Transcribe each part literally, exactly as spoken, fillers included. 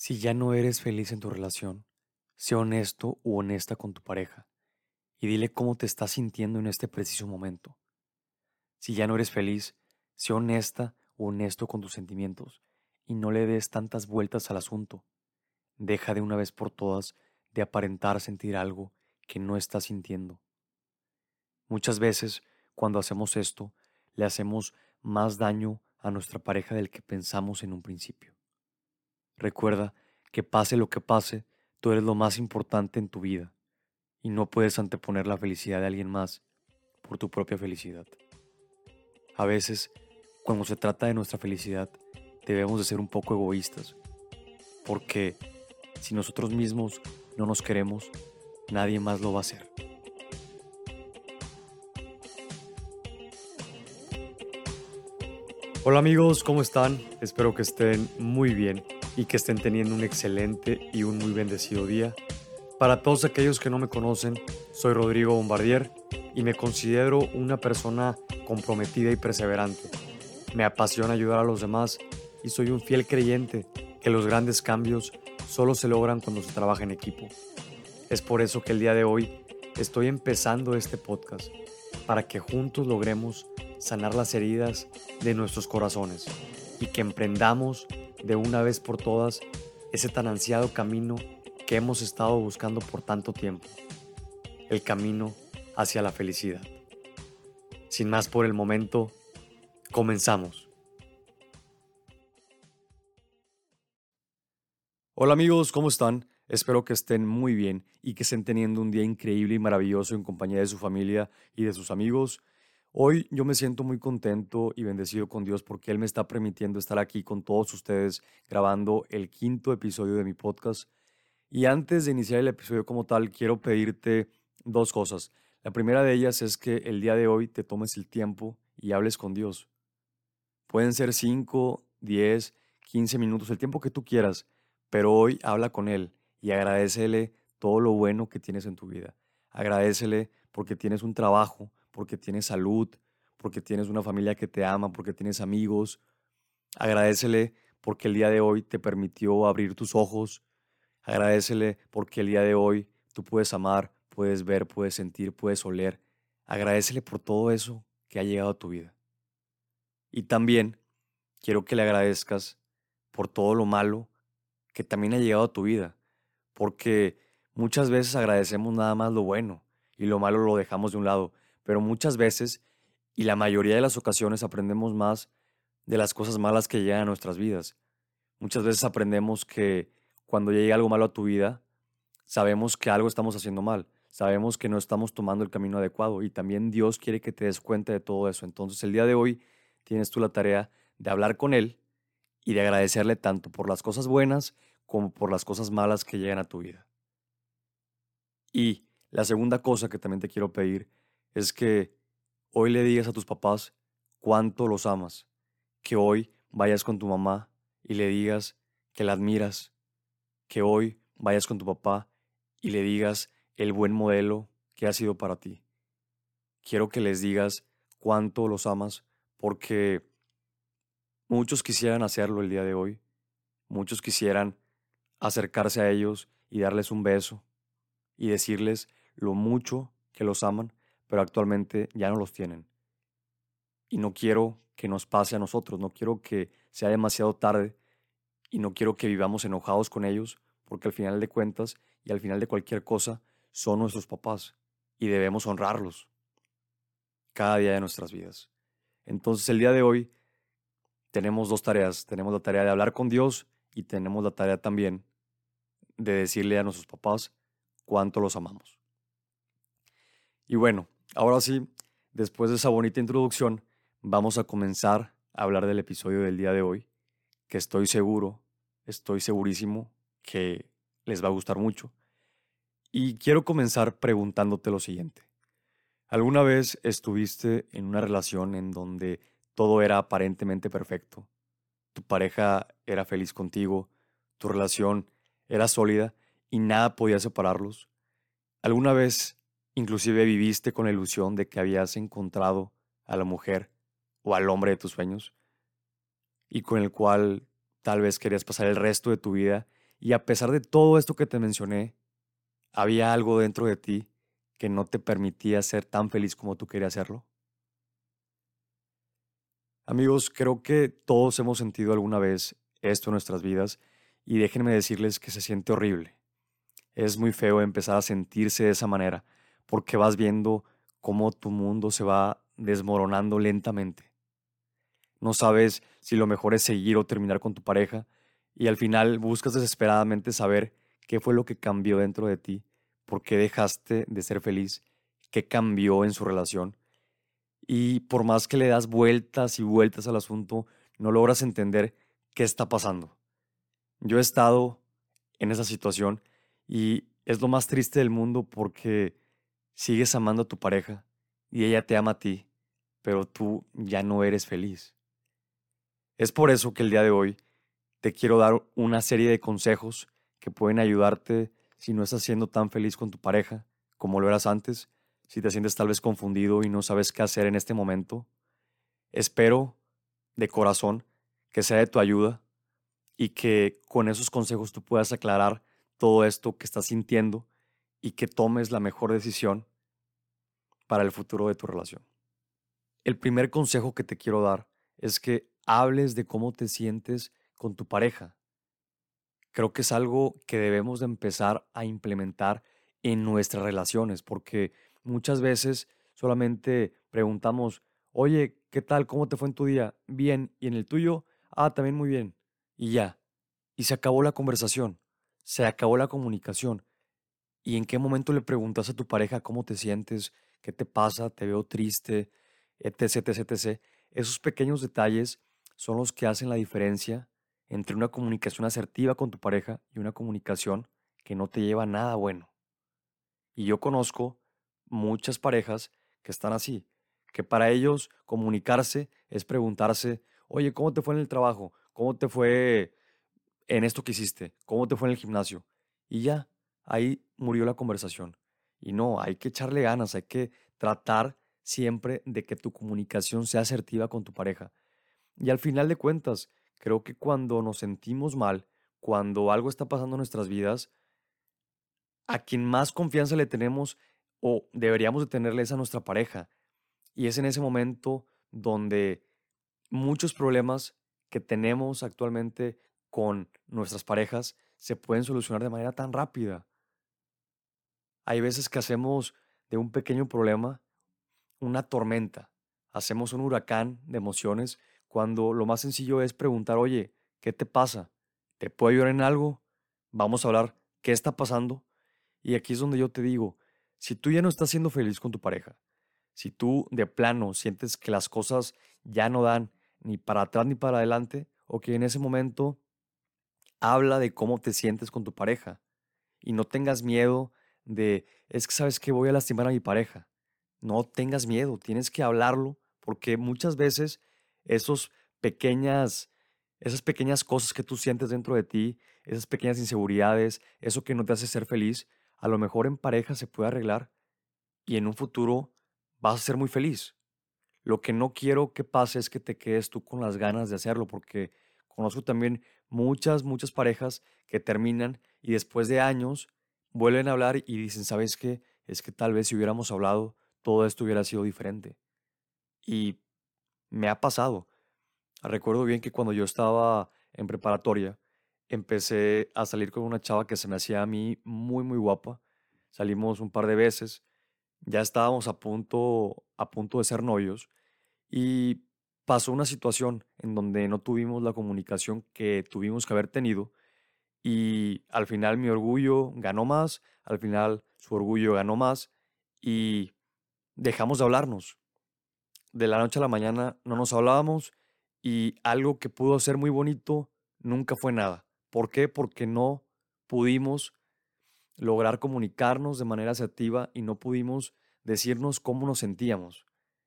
Si ya no eres feliz en tu relación, sé honesto u honesta con tu pareja y dile cómo te estás sintiendo en este preciso momento. Si ya no eres feliz, sé honesta u honesto con tus sentimientos y no le des tantas vueltas al asunto. Deja de una vez por todas de aparentar sentir algo que no estás sintiendo. Muchas veces, cuando hacemos esto, le hacemos más daño a nuestra pareja del que pensamos en un principio. Recuerda que pase lo que pase, tú eres lo más importante en tu vida y no puedes anteponer la felicidad de alguien más por tu propia felicidad. A veces, cuando se trata de nuestra felicidad, debemos de ser un poco egoístas, porque si nosotros mismos no nos queremos, nadie más lo va a hacer. Hola amigos, ¿cómo están? Espero que estén muy bien y que estén teniendo un excelente y un muy bendecido día. Para todos aquellos que no me conocen, soy Rodrigo Bombardier y me considero una persona comprometida y perseverante. Me apasiona ayudar a los demás y soy un fiel creyente que los grandes cambios solo se logran cuando se trabaja en equipo. Es por eso que el día de hoy estoy empezando este podcast, para que juntos logremos sanar las heridas de nuestros corazones y que emprendamos de una vez por todas ese tan ansiado camino que hemos estado buscando por tanto tiempo, el camino hacia la felicidad. Sin más por el momento, comenzamos. Hola amigos, ¿cómo están? Espero que estén muy bien y que estén teniendo un día increíble y maravilloso en compañía de su familia y de sus amigos. Hoy yo me siento muy contento y bendecido con Dios porque Él me está permitiendo estar aquí con todos ustedes grabando el quinto episodio de mi podcast. Y antes de iniciar el episodio como tal, quiero pedirte dos cosas. La primera de ellas es que el día de hoy te tomes el tiempo y hables con Dios. Pueden ser cinco, diez, quince minutos, el tiempo que tú quieras, pero hoy habla con Él y agradécele todo lo bueno que tienes en tu vida. Agradécele porque tienes un trabajo, porque tienes salud, porque tienes una familia que te ama, porque tienes amigos. Agradécele porque el día de hoy te permitió abrir tus ojos. Agradécele porque el día de hoy tú puedes amar, puedes ver, puedes sentir, puedes oler. Agradécele por todo eso que ha llegado a tu vida. Y también quiero que le agradezcas por todo lo malo que también ha llegado a tu vida, porque muchas veces agradecemos nada más lo bueno y lo malo lo dejamos de un lado, pero muchas veces y la mayoría de las ocasiones aprendemos más de las cosas malas que llegan a nuestras vidas. Muchas veces aprendemos que cuando llega algo malo a tu vida, sabemos que algo estamos haciendo mal, sabemos que no estamos tomando el camino adecuado y también Dios quiere que te des cuenta de todo eso. Entonces el día de hoy tienes tú la tarea de hablar con Él y de agradecerle tanto por las cosas buenas como por las cosas malas que llegan a tu vida. Y la segunda cosa que también te quiero pedir es que hoy le digas a tus papás cuánto los amas, que hoy vayas con tu mamá y le digas que la admiras, que hoy vayas con tu papá y le digas el buen modelo que ha sido para ti. Quiero que les digas cuánto los amas porque muchos quisieran hacerlo el día de hoy, muchos quisieran acercarse a ellos y darles un beso y decirles lo mucho que los aman, pero actualmente ya no los tienen. Y no quiero que nos pase a nosotros, no quiero que sea demasiado tarde y no quiero que vivamos enojados con ellos, porque al final de cuentas y al final de cualquier cosa son nuestros papás y debemos honrarlos cada día de nuestras vidas. Entonces el día de hoy tenemos dos tareas, tenemos la tarea de hablar con Dios y tenemos la tarea también de decirle a nuestros papás cuánto los amamos. Y bueno, ahora sí, después de esa bonita introducción, vamos a comenzar a hablar del episodio del día de hoy, que estoy seguro, estoy segurísimo que les va a gustar mucho. Y quiero comenzar preguntándote lo siguiente. ¿Alguna vez estuviste en una relación en donde todo era aparentemente perfecto? Tu pareja era feliz contigo, tu relación era sólida y nada podía separarlos. ¿Alguna vez inclusive viviste con la ilusión de que habías encontrado a la mujer o al hombre de tus sueños y con el cual tal vez querías pasar el resto de tu vida Y a pesar de todo esto que te mencioné, había algo dentro de ti que no te permitía ser tan feliz como tú querías serlo. Amigos, creo que todos hemos sentido alguna vez esto en nuestras vidas y déjenme decirles que se siente horrible. Es muy feo empezar a sentirse de esa manera porque vas viendo cómo tu mundo se va desmoronando lentamente. No sabes si lo mejor es seguir o terminar con tu pareja y al final buscas desesperadamente saber qué fue lo que cambió dentro de ti, por qué dejaste de ser feliz, qué cambió en su relación y por más que le das vueltas y vueltas al asunto, no logras entender qué está pasando. Yo he estado en esa situación y es lo más triste del mundo porque sigues amando a tu pareja y ella te ama a ti, pero tú ya no eres feliz. Es por eso que el día de hoy te quiero dar una serie de consejos que pueden ayudarte si no estás siendo tan feliz con tu pareja como lo eras antes, si te sientes tal vez confundido y no sabes qué hacer en este momento. Espero de corazón que sea de tu ayuda y que con esos consejos tú puedas aclarar todo esto que estás sintiendo y que tomes la mejor decisión para el futuro de tu relación. El primer consejo que te quiero dar es que hables de cómo te sientes con tu pareja. Creo que es algo que debemos de empezar a implementar en nuestras relaciones, porque muchas veces solamente preguntamos, oye, ¿qué tal? ¿Cómo te fue en tu día? Bien. ¿Y en el tuyo? Ah, también muy bien. Y ya. Y se acabó la conversación. Se acabó la comunicación. ¿Y en qué momento le preguntas a tu pareja cómo te sientes? ¿Qué te pasa? ¿Te veo triste? Etc, etc, etcétera. Esos pequeños detalles son los que hacen la diferencia entre una comunicación asertiva con tu pareja y una comunicación que no te lleva a nada bueno. Y yo conozco muchas parejas que están así, que para ellos comunicarse es preguntarse, oye, ¿cómo te fue en el trabajo? ¿Cómo te fue en esto que hiciste? ¿Cómo te fue en el gimnasio? Y ya, ahí murió la conversación. Y no, hay que echarle ganas, hay que tratar siempre de que tu comunicación sea asertiva con tu pareja. Y al final de cuentas, creo que cuando nos sentimos mal, cuando algo está pasando en nuestras vidas, a quien más confianza le tenemos o deberíamos de tenerle es a nuestra pareja. Y es en ese momento donde muchos problemas que tenemos actualmente con nuestras parejas se pueden solucionar de manera tan rápida. Hay veces que hacemos de un pequeño problema una tormenta, hacemos un huracán de emociones cuando lo más sencillo es preguntar, oye, ¿qué te pasa? ¿Te puedo ayudar en algo? Vamos a hablar, ¿qué está pasando? Y aquí es donde yo te digo, si tú ya no estás siendo feliz con tu pareja, si tú de plano sientes que las cosas ya no dan ni para atrás ni para adelante, o que en ese momento habla de cómo te sientes con tu pareja y no tengas miedo de, es que sabes que voy a lastimar a mi pareja. No tengas miedo, tienes que hablarlo porque muchas veces esos pequeñas, esas pequeñas cosas que tú sientes dentro de ti, esas pequeñas inseguridades, eso que no te hace ser feliz, a lo mejor en pareja se puede arreglar y en un futuro vas a ser muy feliz. Lo que no quiero que pase es que te quedes tú con las ganas de hacerlo, porque conozco también muchas, muchas parejas que terminan y después de años vuelven a hablar y dicen, ¿sabes qué? Es que tal vez si hubiéramos hablado, todo esto hubiera sido diferente. Y me ha pasado. Recuerdo bien que cuando yo estaba en preparatoria, empecé a salir con una chava que se me hacía a mí muy, muy guapa. Salimos un par de veces, ya estábamos a punto, a punto de ser novios y pasó una situación en donde no tuvimos la comunicación que tuvimos que haber tenido y al final mi orgullo ganó más, al final su orgullo ganó más y dejamos de hablarnos. De la noche a la mañana no nos hablábamos y algo que pudo ser muy bonito nunca fue nada. ¿Por qué? Porque no pudimos lograr comunicarnos de manera asertiva y no pudimos decirnos cómo nos sentíamos.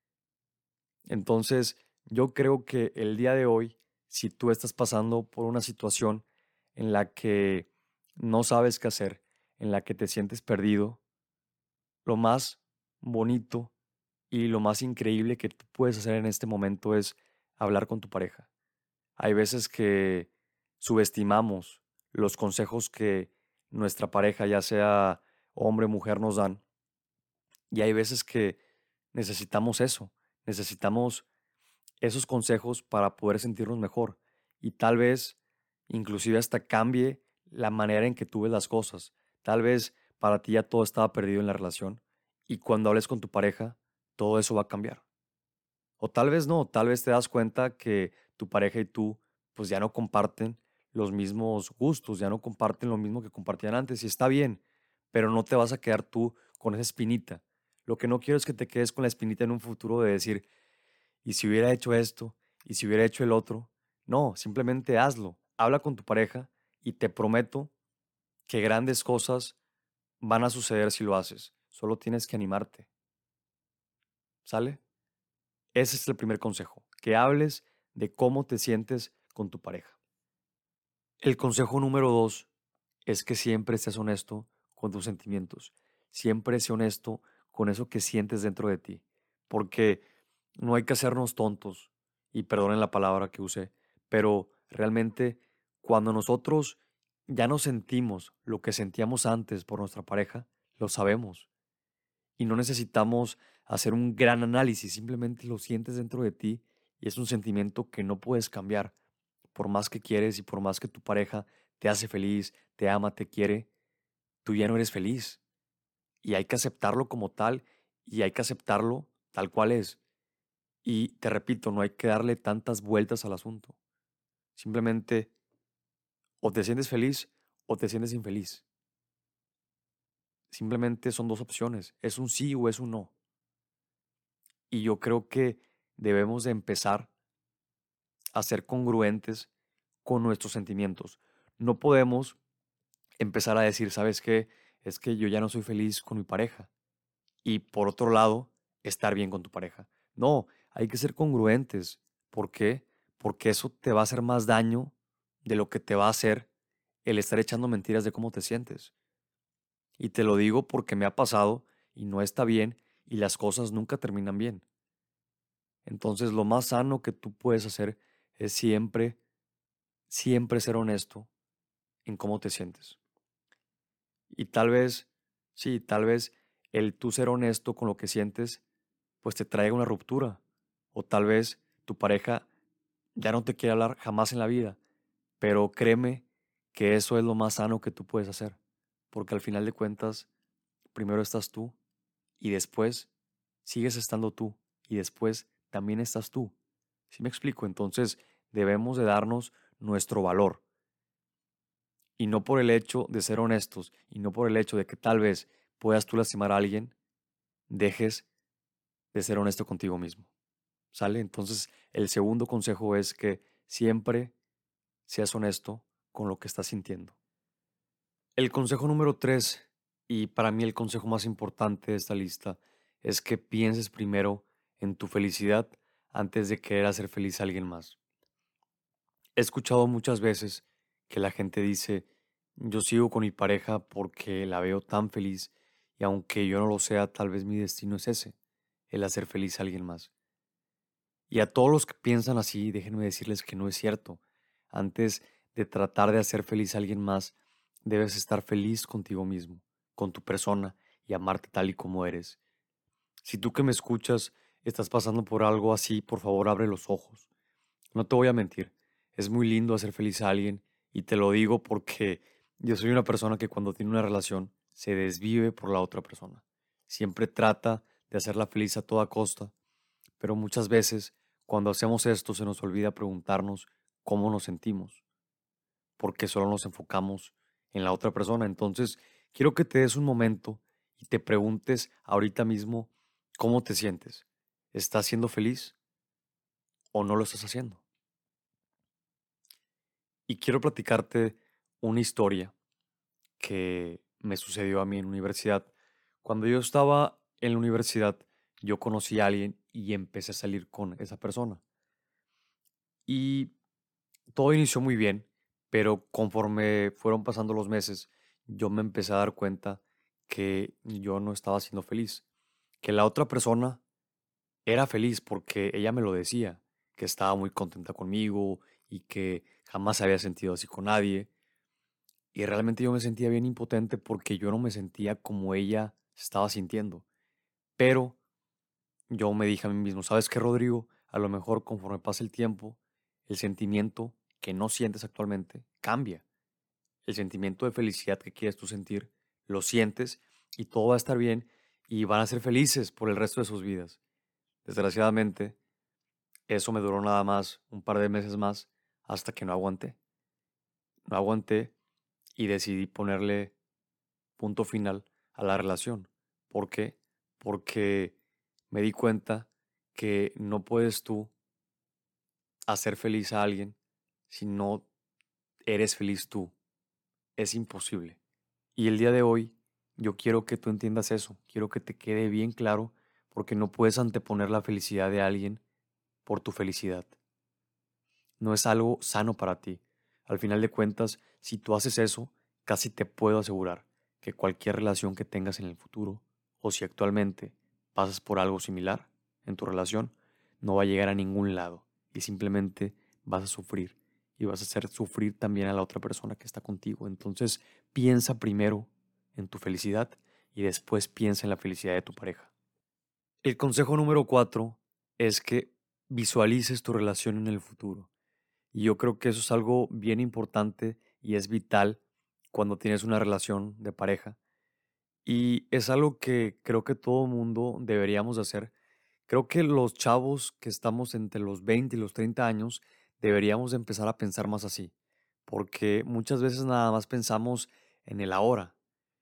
Entonces, yo creo que el día de hoy, si tú estás pasando por una situación en la que no sabes qué hacer, en la que te sientes perdido, lo más bonito y lo más increíble que tú puedes hacer en este momento es hablar con tu pareja. Hay veces que subestimamos los consejos que nuestra pareja, ya sea hombre o mujer, nos dan. Y hay veces que necesitamos eso, necesitamos esos consejos para poder sentirnos mejor. Y tal vez inclusive hasta cambie la manera en que tú ves las cosas. Tal vez para ti ya todo estaba perdido en la relación y cuando hables con tu pareja, todo eso va a cambiar. O tal vez no, tal vez te das cuenta que tu pareja y tú pues ya no comparten los mismos gustos, ya no comparten lo mismo que compartían antes y está bien, pero no te vas a quedar tú con esa espinita. Lo que no quiero es que te quedes con la espinita en un futuro de decir, ¿y si hubiera hecho esto? ¿Y si hubiera hecho el otro? No, simplemente hazlo. Habla con tu pareja y te prometo que grandes cosas van a suceder si lo haces. Solo tienes que animarte. ¿Sale? Ese es el primer consejo, que hables de cómo te sientes con tu pareja. El consejo número dos es que siempre seas honesto con tus sentimientos. Siempre sé honesto con eso que sientes dentro de ti. Porque no hay que hacernos tontos, y perdonen la palabra que usé, pero realmente cuando nosotros ya no sentimos lo que sentíamos antes por nuestra pareja, lo sabemos. Y no necesitamos hacer un gran análisis, simplemente lo sientes dentro de ti y es un sentimiento que no puedes cambiar. Por más que quieres y por más que tu pareja te hace feliz, te ama, te quiere, tú ya no eres feliz. Y hay que aceptarlo como tal y hay que aceptarlo tal cual es. Y te repito, no hay que darle tantas vueltas al asunto. Simplemente o te sientes feliz o te sientes infeliz. Simplemente son dos opciones, es un sí o es un no. Y yo creo que debemos de empezar a ser congruentes con nuestros sentimientos. No podemos empezar a decir, ¿sabes qué? Es que yo ya no soy feliz con mi pareja. Y por otro lado, estar bien con tu pareja. No, hay que ser congruentes. ¿Por qué? Porque eso te va a hacer más daño de lo que te va a hacer el estar echando mentiras de cómo te sientes. Y te lo digo porque me ha pasado y no está bien y las cosas nunca terminan bien. Entonces lo más sano que tú puedes hacer es siempre, siempre ser honesto en cómo te sientes. Y tal vez, sí, tal vez el tú ser honesto con lo que sientes, pues te traiga una ruptura. O tal vez tu pareja ya no te quiere hablar jamás en la vida. Pero créeme que eso es lo más sano que tú puedes hacer. Porque al final de cuentas, primero estás tú y después sigues estando tú y después también estás tú. ¿Sí me explico? Entonces debemos de darnos nuestro valor. Y no por el hecho de ser honestos y no por el hecho de que tal vez puedas tú lastimar a alguien, dejes de ser honesto contigo mismo. ¿Sale? Entonces, el segundo consejo es que siempre seas honesto con lo que estás sintiendo. El consejo número tres, y para mí el consejo más importante de esta lista, es que pienses primero en tu felicidad antes de querer hacer feliz a alguien más. He escuchado muchas veces que la gente dice, yo sigo con mi pareja porque la veo tan feliz y aunque yo no lo sea, tal vez mi destino es ese, el hacer feliz a alguien más. Y a todos los que piensan así, déjenme decirles que no es cierto. Antes de tratar de hacer feliz a alguien más, debes estar feliz contigo mismo, con tu persona y amarte tal y como eres. Si tú que me escuchas estás pasando por algo así, por favor abre los ojos. No te voy a mentir, es muy lindo hacer feliz a alguien y te lo digo porque yo soy una persona que cuando tiene una relación se desvive por la otra persona. Siempre trata de hacerla feliz a toda costa, pero muchas veces cuando hacemos esto se nos olvida preguntarnos cómo nos sentimos, porque solo nos enfocamos en la otra persona. Entonces, quiero que te des un momento y te preguntes ahorita mismo cómo te sientes. ¿Estás siendo feliz o no lo estás haciendo? Y quiero platicarte una historia que me sucedió a mí en la universidad. Cuando yo estaba en la universidad, yo conocí a alguien y empecé a salir con esa persona. Y todo inició muy bien, pero conforme fueron pasando los meses, yo me empecé a dar cuenta que yo no estaba siendo feliz, que la otra persona era feliz porque ella me lo decía, que estaba muy contenta conmigo y que jamás se había sentido así con nadie. Y realmente yo me sentía bien impotente porque yo no me sentía como ella se estaba sintiendo. Pero yo me dije a mí mismo, ¿sabes qué, Rodrigo? A lo mejor conforme pasa el tiempo, el sentimiento que no sientes actualmente cambia. El sentimiento de felicidad que quieres tú sentir, lo sientes y todo va a estar bien y van a ser felices por el resto de sus vidas. Desgraciadamente, eso me duró nada más un par de meses más hasta que no aguanté. No aguanté y decidí ponerle punto final a la relación. ¿Por qué? Porque me di cuenta que no puedes tú hacer feliz a alguien si no eres feliz tú. Es imposible. Y el día de hoy yo quiero que tú entiendas eso, quiero que te quede bien claro porque no puedes anteponer la felicidad de alguien por tu felicidad. No es algo sano para ti. Al final de cuentas, si tú haces eso, casi te puedo asegurar que cualquier relación que tengas en el futuro, o si actualmente pasas por algo similar en tu relación, no va a llegar a ningún lado y simplemente vas a sufrir y vas a hacer sufrir también a la otra persona que está contigo. Entonces, piensa primero en tu felicidad y después piensa en la felicidad de tu pareja. El consejo número cuatro es que visualices tu relación en el futuro. Y yo creo que eso es algo bien importante y es vital cuando tienes una relación de pareja. Y es algo que creo que todo mundo deberíamos de hacer. Creo que los chavos que estamos entre los veinte y los treinta años deberíamos de empezar a pensar más así. Porque muchas veces nada más pensamos en el ahora.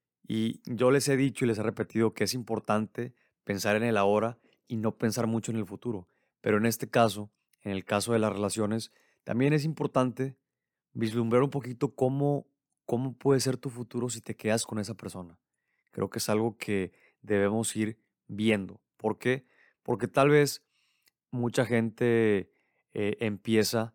Y yo les he dicho y les he repetido que es importante pensar en el ahora y no pensar mucho en el futuro. Pero en este caso, en el caso de las relaciones, también es importante vislumbrar un poquito cómo, cómo puede ser tu futuro si te quedas con esa persona. Creo que es algo que debemos ir viendo. ¿Por qué? Porque tal vez mucha gente eh, empieza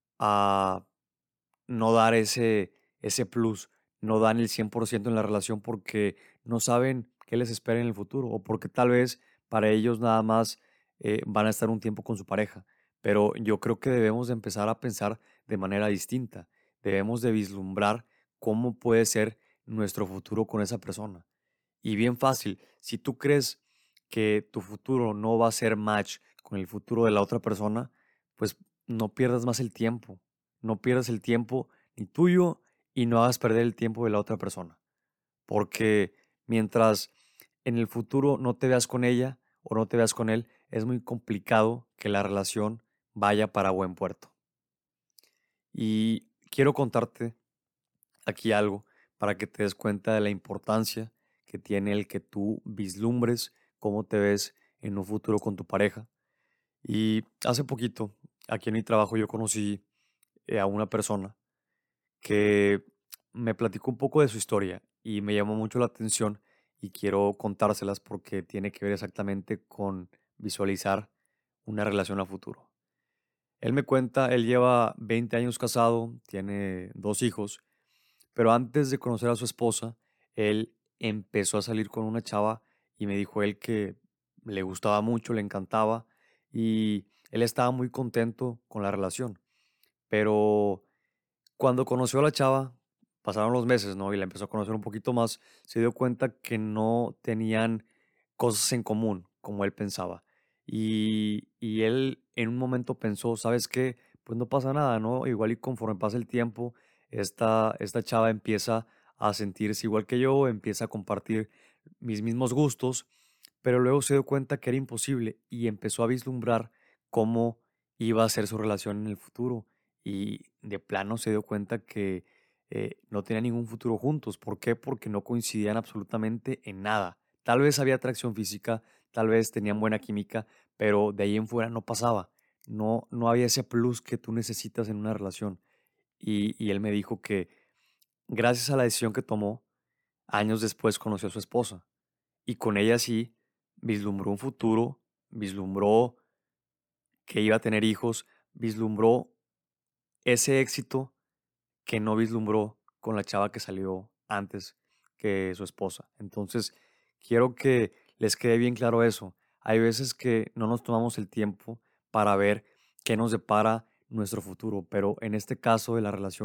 a no dar ese, ese plus, no dan el cien por ciento en la relación porque no saben qué les espera en el futuro o porque tal vez para ellos nada más eh, van a estar un tiempo con su pareja. Pero yo creo que debemos de empezar a pensar de manera distinta. Debemos de vislumbrar cómo puede ser nuestro futuro con esa persona. Y bien fácil, si tú crees que tu futuro no va a ser match con el futuro de la otra persona, pues no pierdas más el tiempo. No pierdas el tiempo ni tuyo y no hagas perder el tiempo de la otra persona. Porque mientras en el futuro no te veas con ella o no te veas con él, es muy complicado que la relación vaya para buen puerto. Y quiero contarte aquí algo para que te des cuenta de la importancia que tiene el que tú vislumbres cómo te ves en un futuro con tu pareja. Y hace poquito, aquí en mi trabajo, yo conocí eh, a una persona que me platicó un poco de su historia y me llamó mucho la atención y quiero contárselas porque tiene que ver exactamente con visualizar una relación a futuro. Él me cuenta, él lleva veinte años casado, tiene dos hijos, pero antes de conocer a su esposa, él empezó a salir con una chava y me dijo él que le gustaba mucho, le encantaba y él estaba muy contento con la relación. Pero cuando conoció a la chava, pasaron los meses, ¿no? Y la empezó a conocer un poquito más, se dio cuenta que no tenían cosas en común como él pensaba. Y, y él en un momento pensó, ¿sabes qué? Pues no pasa nada, ¿no? Igual y conforme pasa el tiempo, esta, esta chava empieza a sentirse igual que yo, empieza a compartir mis mismos gustos, pero luego se dio cuenta que era imposible y empezó a vislumbrar cómo iba a ser su relación en el futuro. Y de plano se dio cuenta que eh, no tenían ningún futuro juntos. ¿Por qué? Porque no coincidían absolutamente en nada. Tal vez había atracción física, tal vez tenían buena química, pero de ahí en fuera no pasaba. No, no había ese plus que tú necesitas en una relación. Y, y él me dijo que gracias a la decisión que tomó, años después conoció a su esposa. Y con ella sí vislumbró un futuro, vislumbró que iba a tener hijos, vislumbró ese éxito que no vislumbró con la chava que salió antes que su esposa. Entonces, quiero que les quede bien claro eso. Hay veces que no nos tomamos el tiempo para ver qué nos depara nuestro futuro, pero en este caso de las relaciones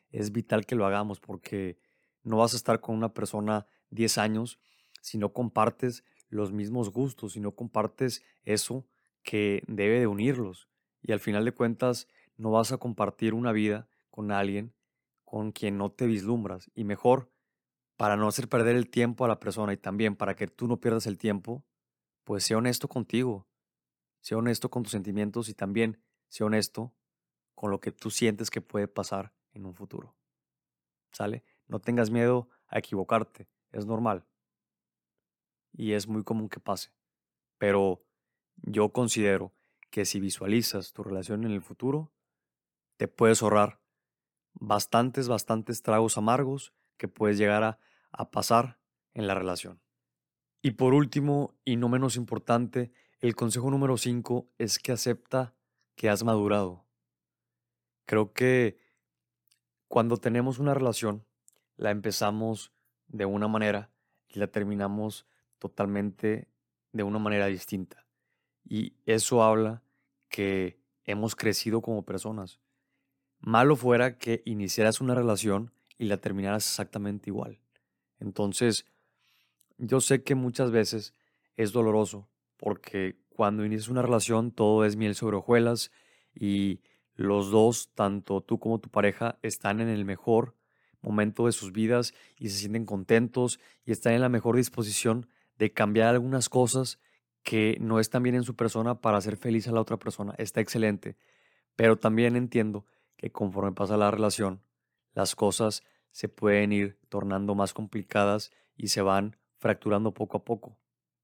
es vital que lo hagamos porque no vas a estar con una persona diez años si no compartes los mismos gustos, si no compartes eso que debe de unirlos. Y al final de cuentas, no vas a compartir una vida con alguien con quien no te vislumbras. Y mejor, para no hacer perder el tiempo a la persona y también para que tú no pierdas el tiempo, pues sé honesto contigo, sé honesto con tus sentimientos y también sé honesto con lo que tú sientes que puede pasar en un futuro. ¿Sale? No tengas miedo a equivocarte, es normal y es muy común que pase. Pero yo considero que si visualizas tu relación en el futuro, te puedes ahorrar bastantes, bastantes tragos amargos que puedes llegar a, a pasar en la relación. Y por último, y no menos importante, el consejo número cinco es que acepta que has madurado. Creo que cuando tenemos una relación, la empezamos de una manera y la terminamos totalmente de una manera distinta. Y eso habla que hemos crecido como personas. Malo fuera que iniciaras una relación y la terminaras exactamente igual. Entonces, yo sé que muchas veces es doloroso porque cuando inicias una relación todo es miel sobre hojuelas y los dos, tanto tú como tu pareja, están en el mejor momento de sus vidas y se sienten contentos y están en la mejor disposición de cambiar algunas cosas que no están bien en su persona para hacer feliz a la otra persona. Está excelente, pero también entiendo que conforme pasa la relación, las cosas se pueden ir tornando más complicadas y se van fracturando poco a poco.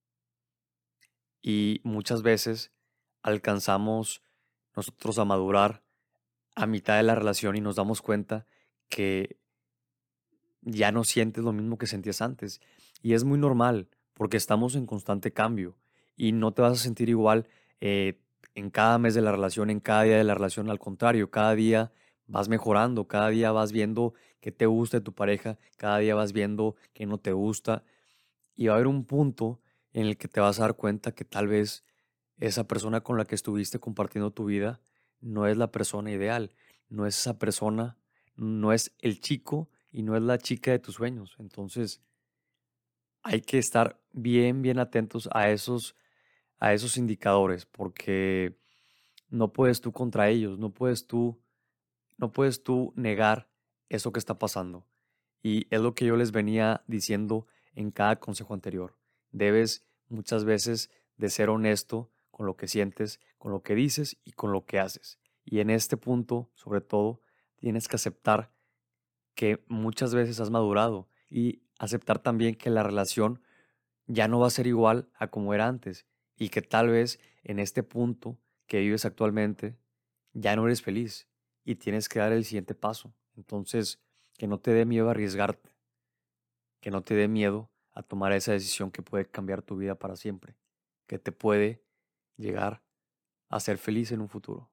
Y muchas veces alcanzamos nosotros a madurar a mitad de la relación y nos damos cuenta que ya no sientes lo mismo que sentías antes. Y es muy normal porque estamos en constante cambio y no te vas a sentir igual eh, en cada mes de la relación, en cada día de la relación. Al contrario, cada día vas mejorando, cada día vas viendo qué te gusta de tu pareja, cada día vas viendo qué no te gusta. Y va a haber un punto en el que te vas a dar cuenta que tal vez esa persona con la que estuviste compartiendo tu vida no es la persona ideal, no es esa persona, no es el chico y no es la chica de tus sueños. Entonces hay que estar bien, bien atentos a esos, a esos indicadores porque no puedes tú contra ellos, no puedes tú, no puedes tú negar eso que está pasando. Y es lo que yo les venía diciendo en cada consejo anterior. Debes muchas veces de ser honesto con lo que sientes, con lo que dices y con lo que haces. Y en este punto, sobre todo, tienes que aceptar que muchas veces has madurado y aceptar también que la relación ya no va a ser igual a como era antes y que tal vez en este punto que vives actualmente ya no eres feliz y tienes que dar el siguiente paso. Entonces, que no te dé miedo arriesgarte, que no te dé miedo a tomar esa decisión que puede cambiar tu vida para siempre, que te puede llegar a ser feliz en un futuro.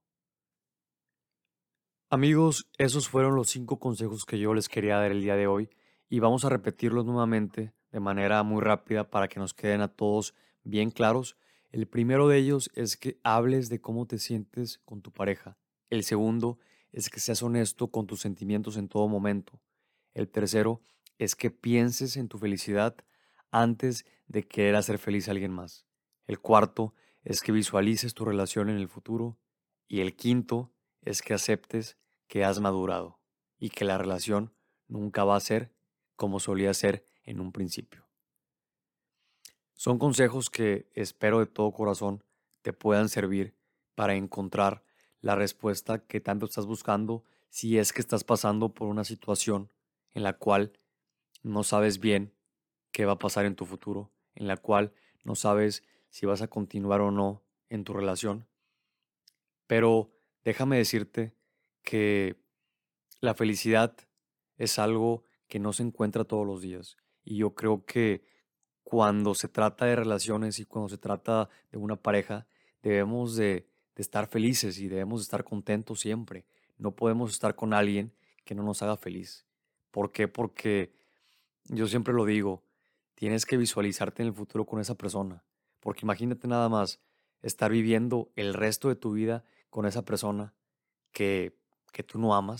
Amigos, esos fueron los cinco consejos que yo les quería dar el día de hoy y vamos a repetirlos nuevamente de manera muy rápida para que nos queden a todos bien claros. El primero de ellos es que hables de cómo te sientes con tu pareja. El segundo es que seas honesto con tus sentimientos en todo momento. El tercero es que pienses en tu felicidad antes de querer hacer feliz a alguien más. El cuarto es que visualices tu relación en el futuro. Y el quinto es que aceptes que has madurado y que la relación nunca va a ser como solía ser en un principio. Son consejos que espero de todo corazón te puedan servir para encontrar la respuesta que tanto estás buscando si es que estás pasando por una situación en la cual no sabes bien qué va a pasar en tu futuro, en la cual no sabes si vas a continuar o no en tu relación. Pero déjame decirte que la felicidad es algo que no se encuentra todos los días. Y yo creo que cuando se trata de relaciones y cuando se trata de una pareja, debemos de, de estar felices y debemos de estar contentos siempre. No podemos estar con alguien que no nos haga feliz. ¿Por qué? Porque yo siempre lo digo, tienes que visualizarte en el futuro con esa persona. Porque imagínate nada más estar viviendo el resto de tu vida con esa persona que, que tú no amas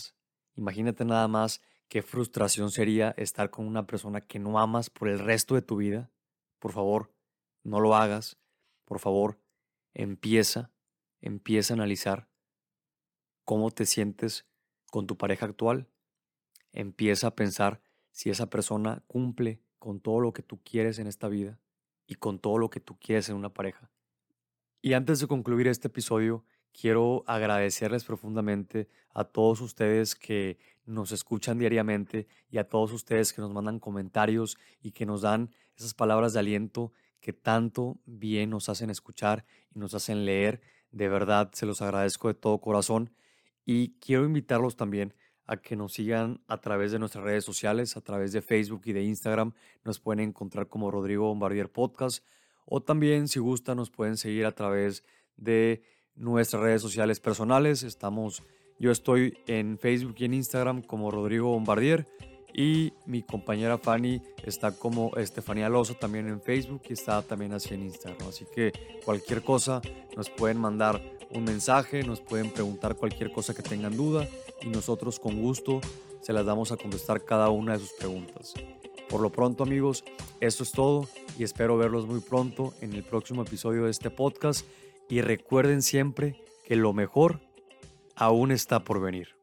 Imagínate nada más qué frustración sería estar con una persona que no amas por el resto de tu vida. Por favor, no lo hagas. Por favor, empieza, empieza a analizar cómo te sientes con tu pareja actual. Empieza a pensar si esa persona cumple con todo lo que tú quieres en esta vida y con todo lo que tú quieres en una pareja. Y antes de concluir este episodio, quiero agradecerles profundamente a todos ustedes que nos escuchan diariamente y a todos ustedes que nos mandan comentarios y que nos dan esas palabras de aliento que tanto bien nos hacen escuchar y nos hacen leer. De verdad, se los agradezco de todo corazón y quiero invitarlos también a que nos sigan a través de nuestras redes sociales, a través de Facebook y de Instagram. Nos pueden encontrar como Rodrigo Bombardier Podcast o también, si gustan, nos pueden seguir a través de nuestras redes sociales personales. Estamos, yo estoy en Facebook y en Instagram como Rodrigo Bombardier y mi compañera Fanny está como Estefanía Loza también en Facebook y está también así en Instagram. Así que cualquier cosa nos pueden mandar un mensaje, nos pueden preguntar cualquier cosa que tengan duda y nosotros con gusto se las damos a contestar cada una de sus preguntas. Por lo pronto, amigos, esto es todo y espero verlos muy pronto en el próximo episodio de este podcast y recuerden siempre que lo mejor aún está por venir.